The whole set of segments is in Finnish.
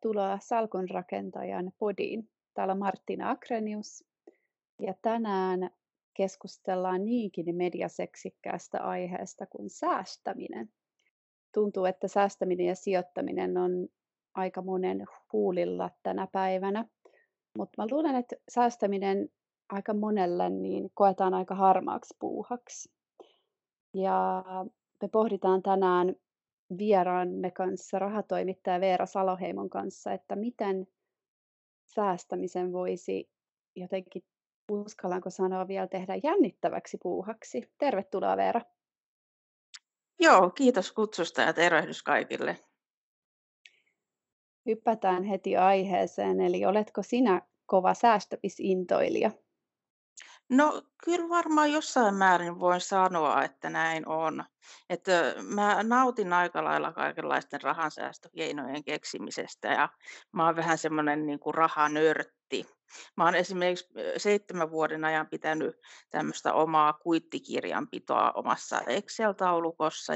Tervetuloa Salkunrakentajan podiin. Täällä on Martina Akrenius ja tänään keskustellaan niinkin mediaseksikkäästä aiheesta kuin säästäminen. Tuntuu, että säästäminen ja sijoittaminen on aika monen huulilla tänä päivänä, mutta mä luulen, että säästäminen aika monelle niin koetaan aika harmaaksi puuhaksi. Ja me pohditaan tänään vieraamme kanssa, rahatoimittaja Veera Saloheimon kanssa, että miten säästämisen voisi jotenkin, uskallanko sanoa vielä, tehdä jännittäväksi puuhaksi. Tervetuloa Veera. Joo, kiitos kutsusta ja tervehdys kaikille. Hypätään heti aiheeseen, eli oletko sinä kova säästämisintoilija? No kyllä varmaan jossain määrin voin sanoa, että näin on. Että mä nautin aika lailla kaikenlaisten rahansäästökeinojen keksimisestä ja mä oon vähän semmoinen niin kuin rahanörtti. Mä oon esimerkiksi 7 vuoden ajan pitänyt tämmöistä omaa kuittikirjanpitoa omassa Excel-taulukossa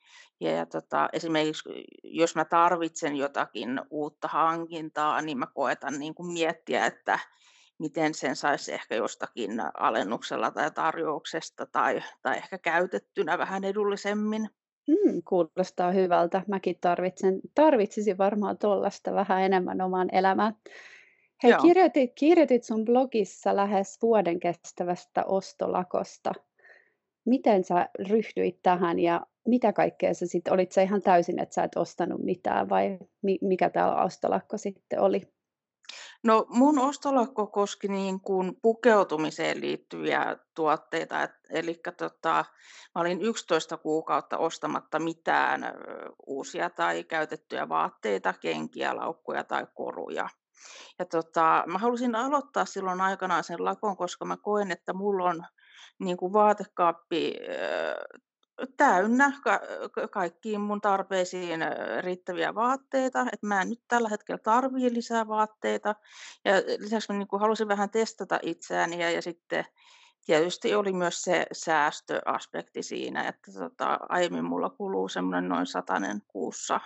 ja esimerkiksi jos mä tarvitsen jotakin uutta hankintaa, niin mä koetan niin kuin miettiä, että miten sen saisi ehkä jostakin alennuksella tai tarjouksesta tai ehkä käytettynä vähän edullisemmin. Kuulostaa hyvältä. Mäkin tarvitsisin varmaan tuollaista vähän enemmän omaan elämään. Hei, Joo. kirjoitit sun blogissa lähes vuoden kestävästä ostolakosta. Miten sä ryhdyit tähän ja mitä kaikkea sä sitten, olit sä ihan täysin, että sä et ostanut mitään vai mikä tämä ostolakko sitten oli? No mun ostolakko koski niin kuin pukeutumiseen liittyviä tuotteita, mä olin 11 kuukautta ostamatta mitään uusia tai käytettyjä vaatteita, kenkiä, laukkuja tai koruja. Mä halusin aloittaa silloin aikanaan sen lakon, koska mä koen, että mulla on niin kuin vaatekaappi täynnä kaikkiin mun tarpeisiin riittäviä vaatteita, että mä en nyt tällä hetkellä tarvii lisää vaatteita. Ja lisäksi mä niin kuin halusin vähän testata itseäni ja sitten tietysti oli myös se säästöaspekti siinä, että aiemmin mulla kuluu semmoinen noin 100 kuussa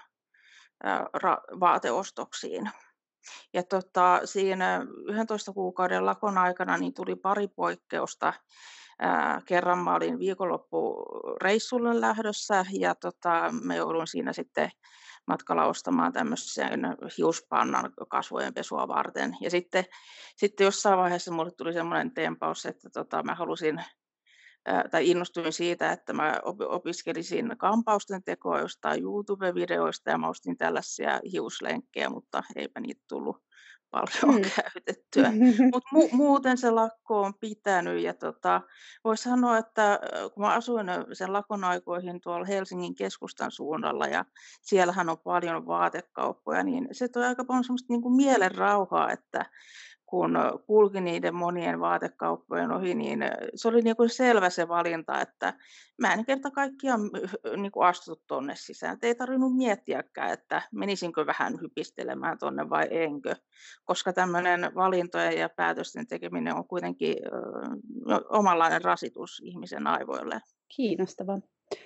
vaateostoksiin. Ja siinä 11 kuukauden lakon aikana niin tuli pari poikkeusta. Kerran mä olin viikonloppureissulle lähdössä ja mä jouduin siinä sitten matkalla ostamaan tämmöisen hiuspannan kasvojenpesua varten. Ja sitten jossain vaiheessa mulle tuli semmoinen tempaus, että mä halusin tai innostuin siitä, että mä opiskelisin kampausten tekoa jostain YouTube-videoista ja mä ostin tällaisia hiuslenkkejä, mutta eipä niitä tullut paljon Mm. käytettyä. Mutta muuten se lakko on pitänyt ja voisi sanoa, että kun mä asuin sen lakon aikoihin tuolla Helsingin keskustan suunnalla ja siellähän on paljon vaatekauppoja, niin se toi aika paljon semmoista niin kuin mielen rauhaa, että kun kulki niiden monien vaatekauppojen ohi, niin se oli niin kuin selvä se valinta, että mä en kerta kaikkiaan niin kuin astu tuonne sisään. Et ei tarvinnut miettiäkään, että menisinkö vähän hypistelemään tuonne vai enkö, koska tämmöinen valintojen ja päätösten tekeminen on kuitenkin omanlainen rasitus ihmisen aivoille. Kiinnostavaa.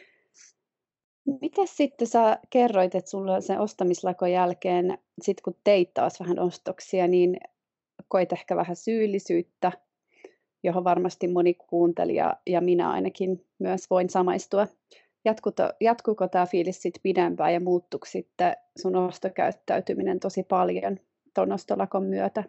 Mites sitten sä kerroit, että sulla sen ostamislakon jälkeen, sit kun teit taas vähän ostoksia, niin koit ehkä vähän syyllisyyttä, johon varmasti moni kuuntelija ja minä ainakin myös voin samaistua. Jatkuiko tämä fiilis sitten pidempään ja muuttuiko sitten sun ostokäyttäytyminen tosi paljon tuon ostolakon myötä?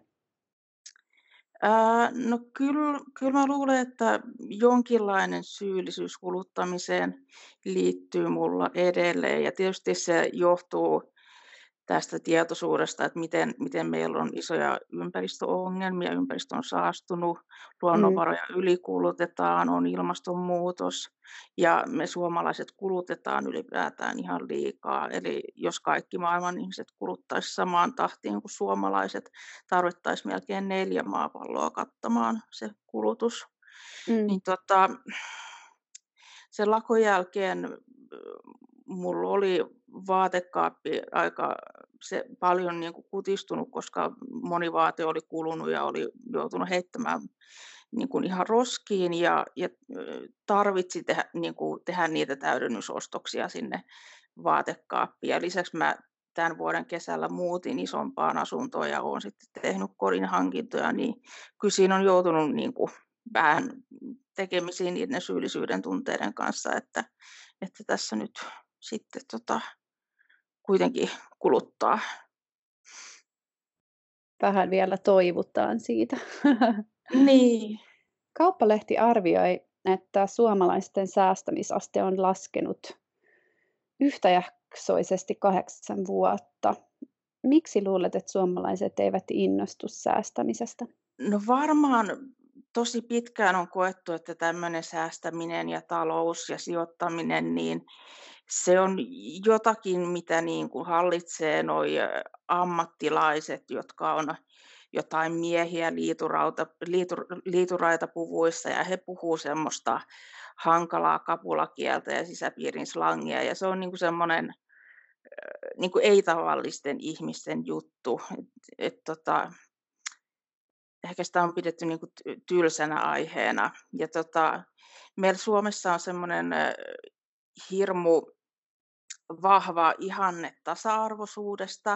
No kyllä mä luulen, että jonkinlainen syyllisyys kuluttamiseen liittyy mulla edelleen ja tietysti se johtuu tästä tietoisuudesta, että miten meillä on isoja ympäristöongelmia, ympäristö on saastunut, Mm, luonnonvaroja ylikulutetaan, on ilmastonmuutos ja me suomalaiset kulutetaan ylipäätään ihan liikaa. Eli jos kaikki maailman ihmiset kuluttaisi samaan tahtiin kuin suomalaiset, tarvittaisiin melkein 4 maapalloa kattamaan se kulutus. mm, Niin sen lakon jälkeen mulla oli vaatekaappi aika se paljon niin kuin kutistunut, koska moni vaate oli kulunut ja oli joutunut heittämään niin kuin ihan roskiin ja tarvitsi tehdä niitä täydennysostoksia sinne vaatekaappiin. Ja lisäksi mä tämän vuoden kesällä muutin isompaan asuntoon ja olen sitten tehnyt kodin hankintoja, niin kyllä siinä on joutunut niin kuin vähän tekemisiin niiden syyllisyyden tunteiden kanssa, että tässä nyt sitten kuitenkin kuluttaa. Vähän vielä toivutaan siitä. Niin. Kauppalehti arvioi, että suomalaisten säästämisaste on laskenut yhtäjaksoisesti 8 vuotta. Miksi luulet, että suomalaiset eivät innostu säästämisestä? No varmaan tosi pitkään on koettu, että tämmöinen säästäminen ja talous ja sijoittaminen, niin se on jotakin, mitä niin kuin hallitsee noi ammattilaiset, jotka on jotain miehiä liituraitapuvuissa ja he puhuu semmoista hankalaa kapulakieltä ja sisäpiirin slangia ja se on niin kuin semmoinen niin kuin ei-tavallisten ihmisten juttu. Ehkä sitä on pidetty niin kuin tylsänä aiheena. Ja meillä Suomessa on semmoinen hirmu vahva ihanne tasa-arvoisuudesta,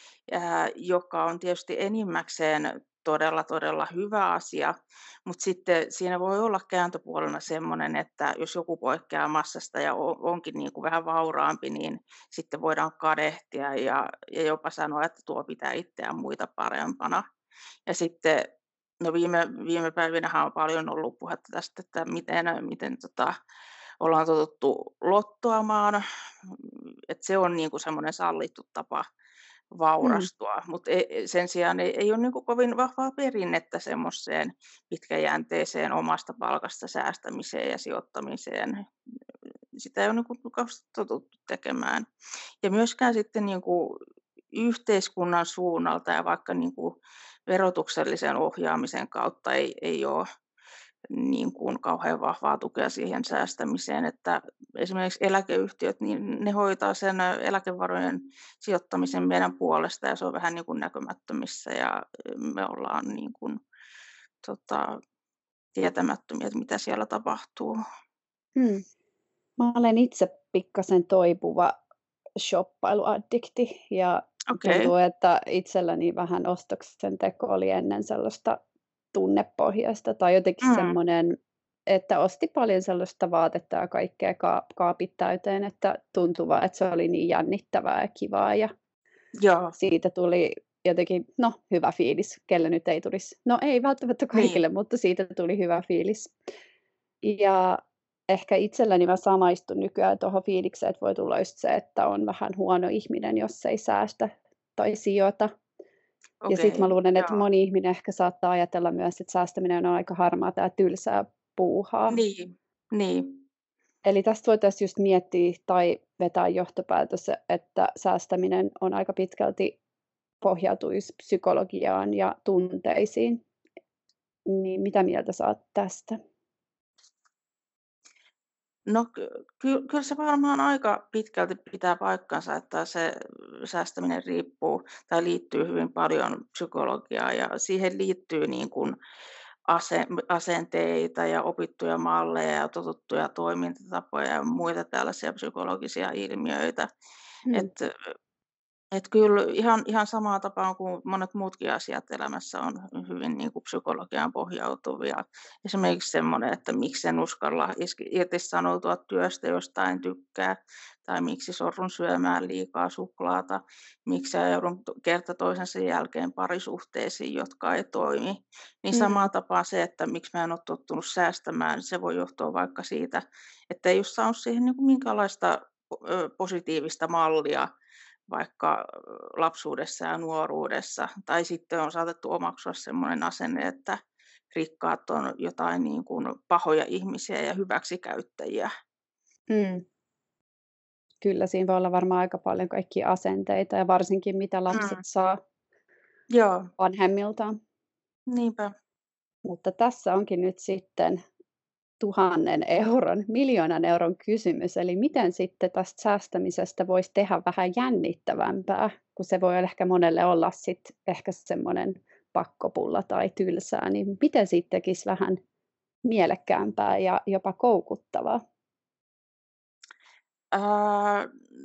joka on tietysti enimmäkseen todella, todella hyvä asia, mutta sitten siinä voi olla kääntöpuolena semmoinen, että jos joku poikkeaa massasta ja onkin niin kuin vähän vauraampi, niin sitten voidaan kadehtia ja jopa sanoa, että tuo pitää itseään muita parempana. Ja sitten no viime päivinähän on paljon ollut puhetta tästä, että miten ollaan totuttu lottoamaan, että se on niin kuin semmoinen sallittu tapa vaurastua, mutta sen sijaan ei ole niin kuin kovin vahvaa perinnettä semmoiseen pitkäjänteiseen omasta palkasta säästämiseen ja sijoittamiseen. Sitä ei ole niin kuin totuttu tekemään. Ja myöskään sitten niin kuin yhteiskunnan suunnalta ja vaikka niin kuin verotuksellisen ohjaamisen kautta ei ole niin kuin kauhean vahvaa tukea siihen säästämiseen, että esimerkiksi eläkeyhtiöt, niin ne hoitaa sen eläkevarojen sijoittamisen meidän puolesta ja se on vähän niin kuin näkymättömissä ja me ollaan niin kuin, tietämättömiä, että mitä siellä tapahtuu. Mä olen itse pikkasen toipuva shoppailuaddikti ja tuntuu, että itselläni vähän ostoksen teko oli ennen sellaista tunnepohjaista tai jotenkin semmoinen, että osti paljon sellaista vaatetta ja kaikkea kaapit täyteen, että tuntui vaan, että se oli niin jännittävää ja kivaa ja siitä tuli jotenkin, hyvä fiilis, kelle nyt ei tulisi. No ei välttämättä kaikille, mutta siitä tuli hyvä fiilis. Ja ehkä itselläni mä samaistun nykyään tuohon fiilikseen, että voi tulla just se, että on vähän huono ihminen, jos ei säästä tai sijoita. Ja sitten mä luulen, että moni ihminen ehkä saattaa ajatella myös, että säästäminen on aika harmaata ja tylsää puuhaa. Niin. Eli tästä voitaisiin just miettiä tai vetää johtopäätös, että säästäminen on aika pitkälti pohjautuisi psykologiaan ja tunteisiin. Niin mitä mieltä sä oot tästä? No kyllä se varmaan aika pitkälti pitää paikkansa, että se säästäminen liittyy hyvin paljon psykologiaan ja siihen liittyy niin kuin asenteita ja opittuja malleja ja totuttuja toimintatapoja ja muita tällaisia psykologisia ilmiöitä. Että kyllä ihan samaan tapaan kuin monet muutkin asiat elämässä on hyvin niin kuin psykologiaan pohjautuvia. Esimerkiksi semmoinen, että miksi en uskalla irtisanoutua työstä, josta en tykkää, tai miksi sorrun syömään liikaa suklaata, miksi joudun kerta toisensa jälkeen parisuhteisiin, jotka ei toimi. Niin samaan tapaan se, että miksi mä en ole tottunut säästämään, se voi johtua vaikka siitä, että ei ole saanut siihen niin kuin minkäänlaista positiivista mallia, vaikka lapsuudessa ja nuoruudessa, tai sitten on saatettu omaksua semmoinen asenne, että rikkaat on jotain niin kuin pahoja ihmisiä ja hyväksikäyttäjiä. Kyllä siinä voi olla varmaan aika paljon kaikkia asenteita ja varsinkin mitä lapset saa vanhemmiltaan. Niinpä. Mutta tässä onkin nyt sitten 1,000 euron kysymys, eli miten sitten tästä säästämisestä voisi tehdä vähän jännittävämpää, kun se voi ehkä monelle olla sitten ehkä semmoinen pakkopulla tai tylsää, niin miten siitä tekisi vähän mielekkäämpää ja jopa koukuttavaa?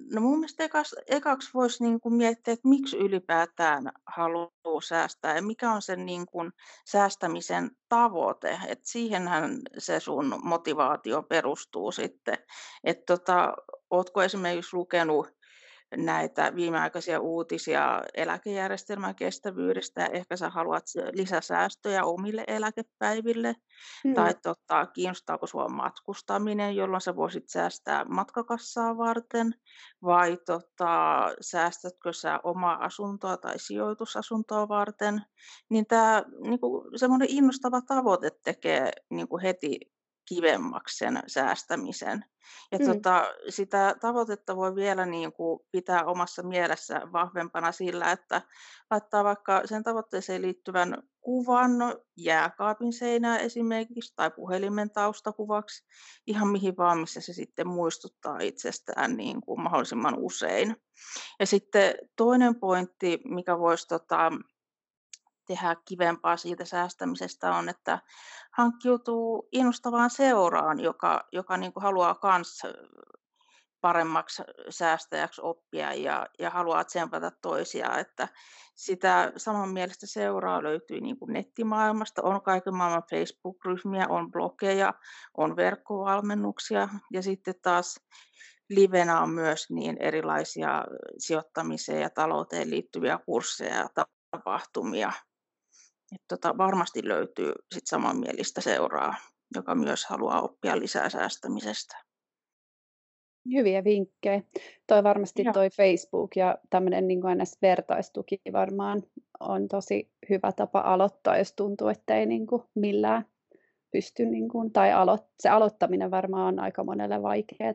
No mun mielestä ekaksi voisi niin kuin miettiä, että miksi ylipäätään haluaa säästää ja mikä on sen niin kuin säästämisen tavoite. Et siihenhän se sun motivaatio perustuu sitten. Ootko esimerkiksi lukenut näitä viimeaikaisia uutisia eläkejärjestelmän kestävyydestä ja ehkä sä haluat lisäsäästöjä omille eläkepäiville Mm. tai kiinnostaako sua matkustaminen, jolloin sä voisit säästää matkakassaa varten vai säästätkö sä omaa asuntoa tai sijoitusasuntoa varten, niin tämä niinku, semmoinen innostava tavoite tekee niinku, heti kivemmaksi sen säästämisen. Ja Mm. sitä tavoitetta voi vielä niin kuin pitää omassa mielessä vahvempana sillä, että laittaa vaikka sen tavoitteeseen liittyvän kuvan jääkaapin seinään esimerkiksi tai puhelimen taustakuvaksi, ihan mihin vaan, missä se sitten muistuttaa itsestään niin kuin mahdollisimman usein. Ja sitten toinen pointti, mikä voisi tehdä kivempaa siitä säästämisestä on, että hankkiutuu innostavaan seuraan, joka niin kuin haluaa kans paremmaksi säästäjäksi oppia ja haluaa tsempata toisia, että sitä samanmielistä seuraa löytyy niin kuin nettimaailmasta, on kaiken maailman Facebook-ryhmiä, on blogeja, on verkkovalmennuksia ja sitten taas livenä on myös niin erilaisia sijoittamiseen ja talouteen liittyviä kursseja ja tapahtumia. Varmasti löytyy sit samanmielistä seuraa, joka myös haluaa oppia lisää säästämisestä. Hyviä vinkkejä. Joo. Toi Facebook ja tämmöinen niin kuin vertaistuki varmaan on tosi hyvä tapa aloittaa, jos tuntuu, että ei niin kuin millään pysty, niin kuin, tai se aloittaminen varmaan on aika monelle vaikeaa.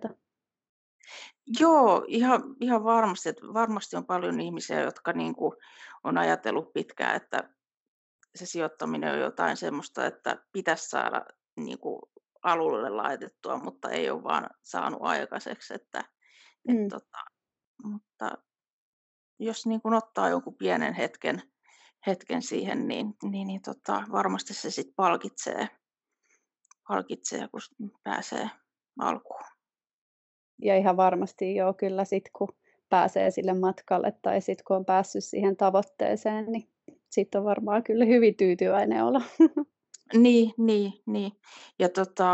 Joo, ihan varmasti. Että varmasti on paljon ihmisiä, jotka niin kuin on ajatellut pitkään, että se sijoittaminen on jotain semmoista, että pitäisi saada niin kuin alulle laitettua, mutta ei ole vaan saanut aikaiseksi. Mm. Mutta jos niin kuin ottaa jonkun pienen hetken siihen, niin varmasti se sitten palkitsee, kun pääsee alkuun. Ja ihan varmasti joo, kyllä sit kun pääsee sille matkalle tai sit kun on päässyt siihen tavoitteeseen, niin sitten on varmaan kyllä hyvin tyytyväinen olo. Niin. Ja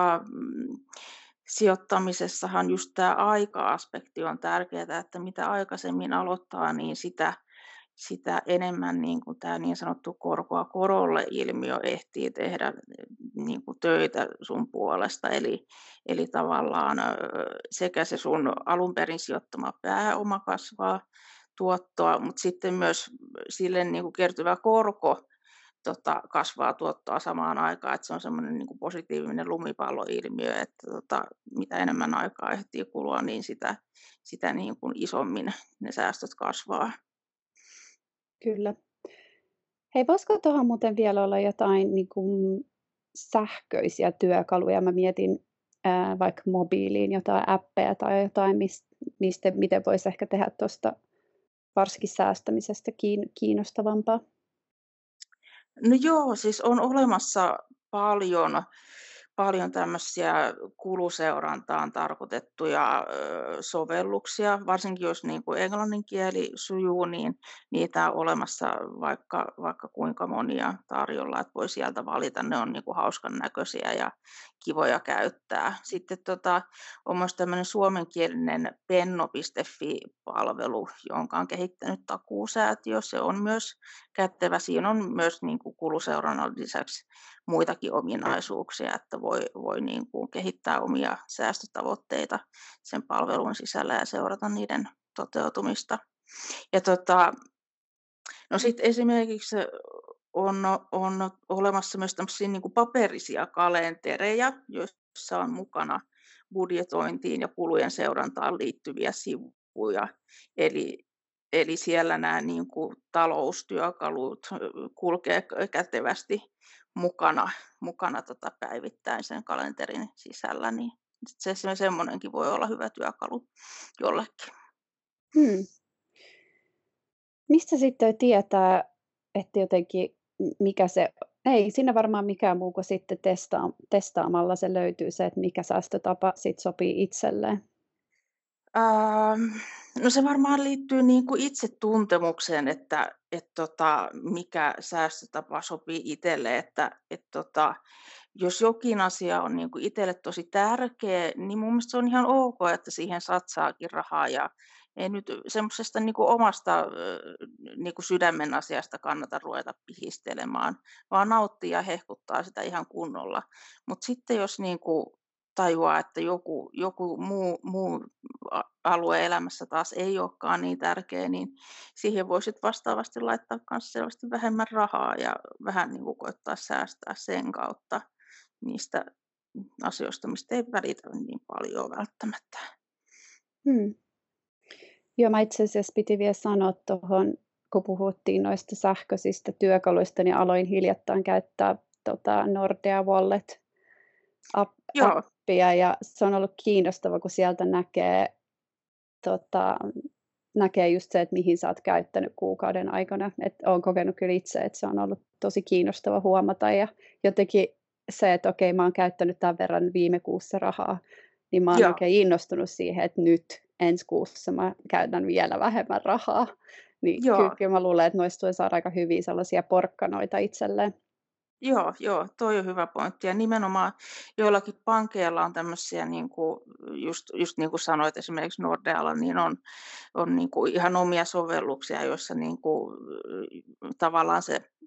sijoittamisessahan just tämä aika-aspekti on tärkeää, että mitä aikaisemmin aloittaa, niin sitä enemmän niin kuin tämä niin sanottu korkoa korolle -ilmiö ehtii tehdä niin kuin töitä sun puolesta. Eli tavallaan sekä se sun alun perin sijoittama pääoma kasvaa tuottoa, mutta sitten myös sille niin kuin kertyvä korko kasvaa tuottoa samaan aikaan, että se on semmoinen niin kuin positiivinen lumipalloilmiö, että mitä enemmän aikaa ehtii kulua, niin sitä niin kuin isommin ne säästöt kasvaa. Kyllä. Hei, voisiko tuohon muuten vielä olla jotain niin kuin sähköisiä työkaluja? Mä mietin vaikka mobiiliin jotain appeja tai jotain, miten voisi ehkä tehdä tuosta varsinkin säästämisestä kiinnostavampaa. No joo, siis on olemassa paljon tämmöisiä kuluseurantaan tarkoitettuja sovelluksia, varsinkin jos niin kuin englannin kieli sujuu, niin niitä on olemassa vaikka kuinka monia tarjolla, että voi sieltä valita, ne on niin kuin hauskan näköisiä ja kivoja käyttää. Sitten on myös tämmöinen suomenkielinen penno.fi-palvelu, jonka on kehittänyt Takuusäätiö, se on myös kätevä. Siinä on myös niin kuin kuluseurannan lisäksi muitakin ominaisuuksia, että voi niin kuin kehittää omia säästötavoitteita sen palvelun sisällä ja seurata niiden toteutumista. Ja no sitten esimerkiksi on olemassa myös tämmöisiä niin kuin paperisia kalentereja, joissa on mukana budjetointiin ja kulujen seurantaan liittyviä sivuja. Eli siellä nämä niin kuin taloustyökalut kulkee kätevästi mukana päivittäin sen kalenterin sisällä, niin se semmoinenkin voi olla hyvä työkalu jollekin. Hmm. Mistä sitten tietää, että jotenkin mikä se, ei siinä varmaan mikään muu kuin sitten testaamalla se löytyy se, että mikä säästötapa sit sopii itselleen. Ähm, No se varmaan liittyy niin kuin itsetuntemukseen, että mikä säästötapa sopii itselle, että jos jokin asia on niin kuin itselle tosi tärkeä, niin mun mielestä se on ihan ok, että siihen satsaakin rahaa ja ei nyt semmoisesta niin kuin omasta niin kuin sydämen asiasta kannata ruveta pihistelemään, vaan nauttii ja hehkuttaa sitä ihan kunnolla. Mutta sitten jos niin kuin tajuaa, että joku muu alue elämässä taas ei olekaan niin tärkeä, niin siihen voi sitten vastaavasti laittaa myös selvästi vähemmän rahaa ja vähän niin kuin koettaa säästää sen kautta niistä asioista, mistä ei välitä niin paljon välttämättä. Hmm. Joo, mä itse asiassa piti vielä sanoa tuohon, kun puhuttiin noista sähköisistä työkaluista, niin aloin hiljattain käyttää Nordea Wallet Joo, appia ja se on ollut kiinnostava, kun sieltä tota, näkee just se, että mihin sä oot käyttänyt kuukauden aikana. Olen kokenut kyllä itse, että se on ollut tosi kiinnostava huomata ja jotenkin se, että okei, mä oon käyttänyt tämän verran viime kuussa rahaa, niin mä oon joo, oikein innostunut siihen, että nyt ensi kuussa mä käytän vielä vähemmän rahaa. Niin joo. kyllä mä luulen, että noista voi saada aika hyviä sellaisia porkkanoita itselleen. Joo, toi on hyvä pointti. Ja nimenomaan joillakin pankeilla on tämmöisiä, niin kuin, just niin kuin sanoit, esimerkiksi Nordealla, niin on niin kuin ihan omia sovelluksia, joissa niin kuin, tavallaan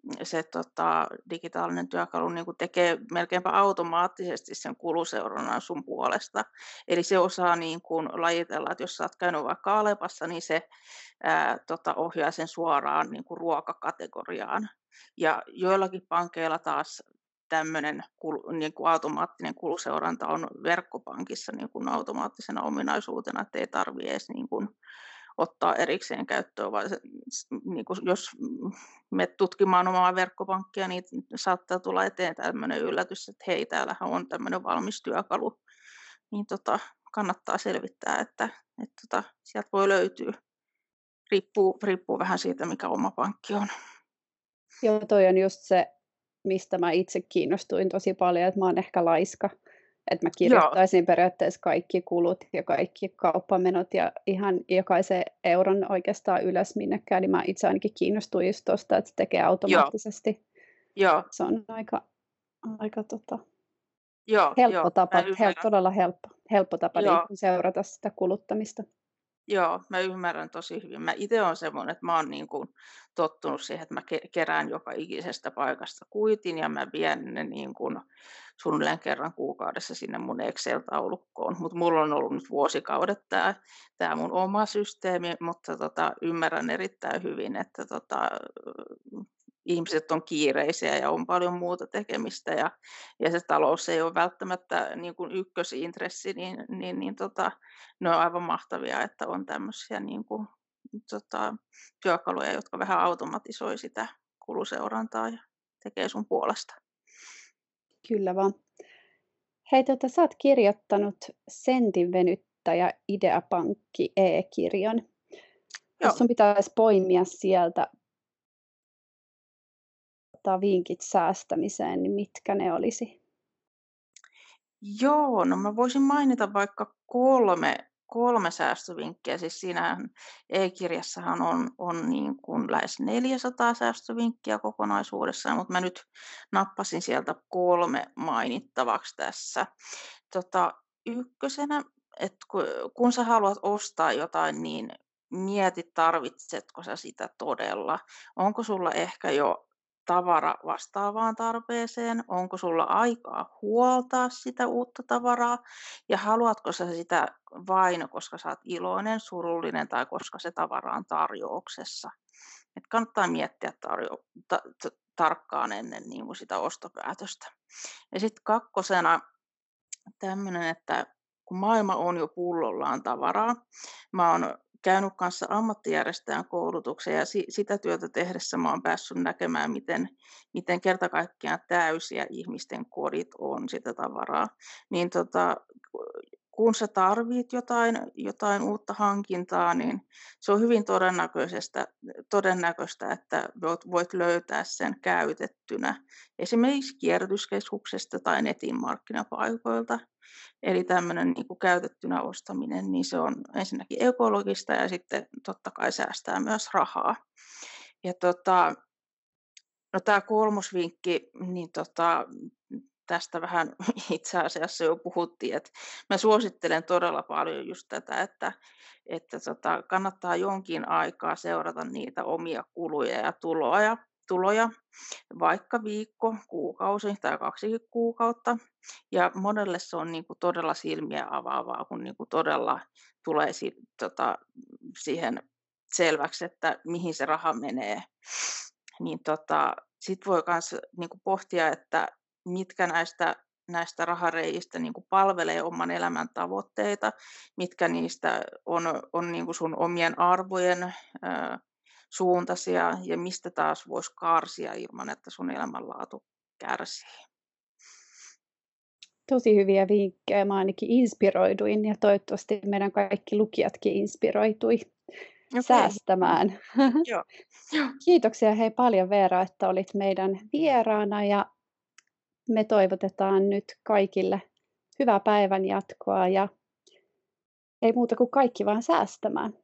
se digitaalinen työkalu niin kuin tekee melkeinpä automaattisesti sen kuluseurannan sun puolesta. Eli se osaa niin kuin lajitella, että jos sä oot käynyt vaikka Alepassa, niin se ohjaa sen suoraan niin kuin ruokakategoriaan. Ja joillakin pankeilla taas tämmöinen niin kuin automaattinen kuluseuranta on verkkopankissa niin kuin automaattisena ominaisuutena, että ei tarvitse edes niin kuin ottaa erikseen käyttöön, vaan niin kuin jos menet tutkimaan omaa verkkopankkia, niin saattaa tulla eteen tämmöinen yllätys, että hei, täällähän on tämmöinen valmis työkalu, niin kannattaa selvittää, että sieltä voi löytyä. Riippuu vähän siitä, mikä oma pankki on. Joo, toi on just se, mistä mä itse kiinnostuin tosi paljon, että mä oon ehkä laiska. Että mä Joo, kirjoittaisin periaatteessa kaikki kulut ja kaikki kauppamenot ja ihan jokaisen euron oikeastaan ylös minnekään, niin mä itse ainakin kiinnostuin just tuosta, että se tekee joo, automaattisesti. joo, Se on aika joo, helppo mä tapa, ymmärrän. helppo tapa niin Joo, kuin seurata sitä kuluttamista. joo, mä ymmärrän tosi hyvin. Mä itse olen semmoinen, että mä oon niin kuin tottunut siihen, että mä kerään joka ikisestä paikasta kuitin ja mä vien ne niin kuin suunnilleen kerran kuukaudessa sinne mun Excel-taulukkoon. Mutta mulla on ollut nyt vuosikaudet tämä mun oma systeemi, mutta ymmärrän erittäin hyvin, että ihmiset on kiireisiä ja on paljon muuta tekemistä ja se talous ei ole välttämättä niin kuin ykkösintressi, niin ne on aivan mahtavia, että on tämmöisiä niin kuin, työkaluja, jotka vähän automatisoi sitä kuluseurantaa ja tekee sun puolesta. Kyllä vaan. Hei, sä oot kirjoittanut Sentin venyttäjä Ideapankki e-kirjan. Jos Joo. sun pitäisi poimia sieltä vinkit säästämiseen, niin mitkä ne olisi? Joo, no mä voisin mainita vaikka kolme säästövinkkiä. Siis siinähän e-kirjassahan on niin kuin lähes 400 säästövinkkiä kokonaisuudessaan, mutta mä nyt nappasin sieltä 3 mainittavaksi tässä. Ykkösenä, että kun sä haluat ostaa jotain, niin mieti, tarvitsetko sä sitä todella. Onko sulla ehkä jo tavara vastaavaan tarpeeseen? Onko sulla aikaa huoltaa sitä uutta tavaraa? Ja haluatko sä sitä vain, koska sä oot iloinen, surullinen tai koska se tavara on tarjouksessa? Et kannattaa miettiä tarkkaan ennen niin kuin sitä ostopäätöstä. Ja sitten kakkosena tämmöinen, että kun maailma on jo pullollaan tavaraa, mä oon käynyt kanssa ammattijärjestäjän koulutuksen ja sitä työtä tehdessä mä oon päässyt näkemään, miten kerta kaikkiaan täysiä ihmisten kodit on sitä tavaraa. Niin kun sä tarvit jotain uutta hankintaa, niin se on hyvin todennäköistä, että voit löytää sen käytettynä esimerkiksi kierrätyskeskuksesta tai netin markkinapaikoilta. Eli tämmöinen niin kuin käytettynä ostaminen, niin se on ensinnäkin ekologista ja sitten totta kai säästää myös rahaa. Ja no tämä kolmosvinkki, niin tästä vähän itse asiassa jo puhuttiin, että mä suosittelen todella paljon just tätä, että kannattaa jonkin aikaa seurata niitä omia kuluja ja tuloja, vaikka viikko, kuukausi tai 2 kuukautta. Ja monelle se on niin kuin todella silmiä avaavaa, kun niin kuin todella tulee siihen selväksi, että mihin se raha menee. Niin sitten voi myös niin kuin pohtia, että mitkä näistä rahareiistä niin kuin palvelee oman elämän tavoitteita, mitkä niistä on niin kuin sun omien arvojen suuntaisia ja mistä taas voisi karsia ilman, että sun elämänlaatu kärsii. Tosi hyviä vinkkejä. Mä ainakin inspiroiduin ja toivottavasti meidän kaikki lukijatkin inspiroitui säästämään. Joo. Kiitoksia hei paljon Veera, että olit meidän vieraana ja me toivotetaan nyt kaikille hyvää päivän jatkoa ja ei muuta kuin kaikki vaan säästämään.